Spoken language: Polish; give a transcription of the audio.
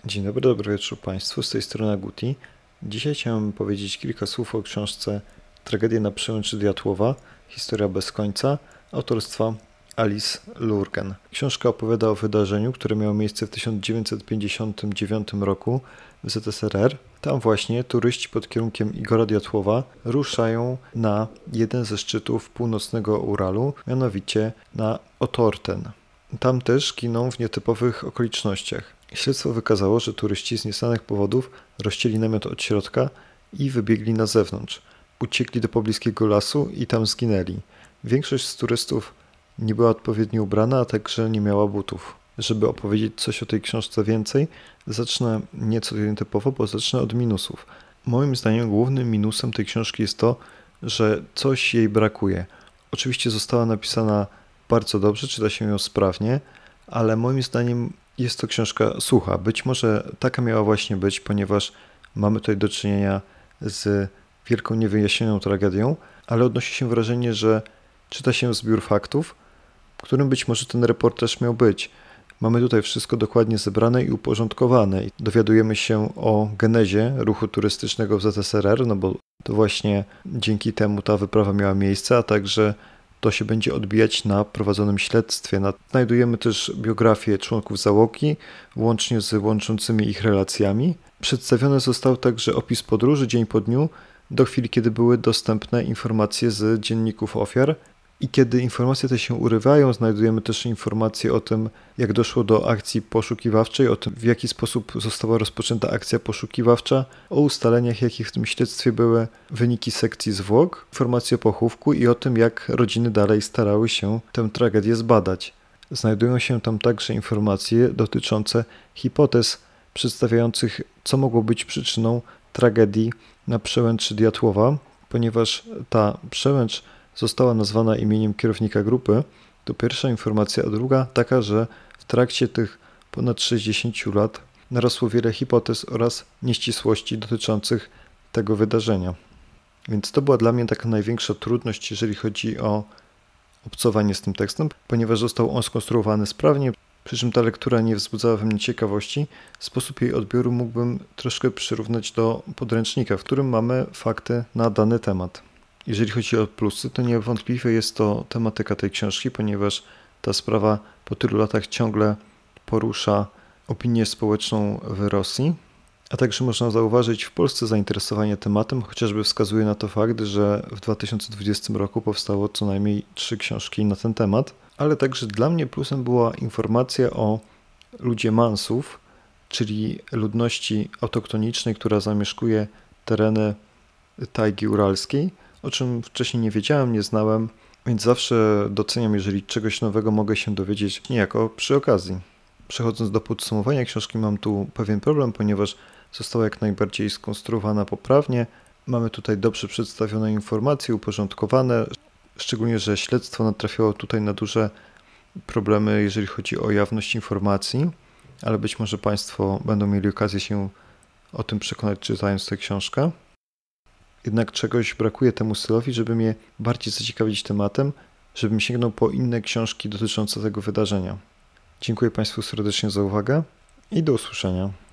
Dzień dobry, dobry wieczór Państwu, z tej strony Aguti. Dzisiaj chciałem powiedzieć kilka słów o książce Tragedia na przełęczy Diatłowa, Historia bez końca, autorstwa Alice Lurgen. Książka opowiada o wydarzeniu, które miało miejsce w 1959 roku w ZSRR. Tam właśnie turyści pod kierunkiem Igora Diatłowa ruszają na jeden ze szczytów północnego Uralu, mianowicie na Otorten. Tam też giną w nietypowych okolicznościach. Śledztwo wykazało, że turyści z nieznanych powodów rozcięli namiot od środka i wybiegli na zewnątrz. Uciekli do pobliskiego lasu i tam zginęli. Większość z turystów nie była odpowiednio ubrana, a także nie miała butów. Żeby opowiedzieć coś o tej książce więcej, zacznę nieco nietypowo, bo zacznę od minusów. Moim zdaniem głównym minusem tej książki jest to, że coś jej brakuje. Oczywiście została napisana bardzo dobrze, czyta się ją sprawnie, ale moim zdaniem jest to książka sucha. Być może taka miała właśnie być, ponieważ mamy tutaj do czynienia z wielką niewyjaśnioną tragedią, ale odnosi się wrażenie, że czyta się zbiór faktów, którym być może ten reportaż miał być. Mamy tutaj wszystko dokładnie zebrane i uporządkowane. Dowiadujemy się o genezie ruchu turystycznego w ZSRR, no bo to właśnie dzięki temu ta wyprawa miała miejsce, a także to się będzie odbijać na prowadzonym śledztwie. Znajdujemy też biografię członków załogi, łącznie z łączącymi ich relacjami. Przedstawiony został także opis podróży dzień po dniu, do chwili, kiedy były dostępne informacje z dzienników ofiar. I kiedy informacje te się urywają, znajdujemy też informacje o tym, jak doszło do akcji poszukiwawczej, o tym, w jaki sposób została rozpoczęta akcja poszukiwawcza, o ustaleniach, jakie w tym śledztwie były, wyniki sekcji zwłok, informacje o pochówku i o tym, jak rodziny dalej starały się tę tragedię zbadać. Znajdują się tam także informacje dotyczące hipotez przedstawiających, co mogło być przyczyną tragedii na przełęczy Diatłowa, ponieważ ta przełęcz została nazwana imieniem kierownika grupy. To pierwsza informacja, a druga taka, że w trakcie tych ponad 60 lat narosło wiele hipotez oraz nieścisłości dotyczących tego wydarzenia. Więc to była dla mnie taka największa trudność, jeżeli chodzi o obcowanie z tym tekstem, ponieważ został on skonstruowany sprawnie, przy czym ta lektura nie wzbudzała we mnie ciekawości. Sposób jej odbioru mógłbym troszkę przyrównać do podręcznika, w którym mamy fakty na dany temat. Jeżeli chodzi o plusy, to niewątpliwie jest to tematyka tej książki, ponieważ ta sprawa po tylu latach ciągle porusza opinię społeczną w Rosji, a także można zauważyć w Polsce zainteresowanie tematem, chociażby wskazuje na to fakt, że w 2020 roku powstało co najmniej 3 książki na ten temat, ale także dla mnie plusem była informacja o ludzie Mansów, czyli ludności autoktonicznej, która zamieszkuje tereny tajgi uralskiej, o czym wcześniej nie wiedziałem, nie znałem, więc zawsze doceniam, jeżeli czegoś nowego mogę się dowiedzieć niejako przy okazji. Przechodząc do podsumowania książki, mam tu pewien problem, ponieważ została jak najbardziej skonstruowana poprawnie. Mamy tutaj dobrze przedstawione informacje, uporządkowane, szczególnie, że śledztwo natrafiało tutaj na duże problemy, jeżeli chodzi o jawność informacji, ale być może Państwo będą mieli okazję się o tym przekonać, czytając tę książkę. Jednak czegoś brakuje temu stylowi, żeby mnie bardziej zaciekawić tematem, żebym sięgnął po inne książki dotyczące tego wydarzenia. Dziękuję Państwu serdecznie za uwagę i do usłyszenia.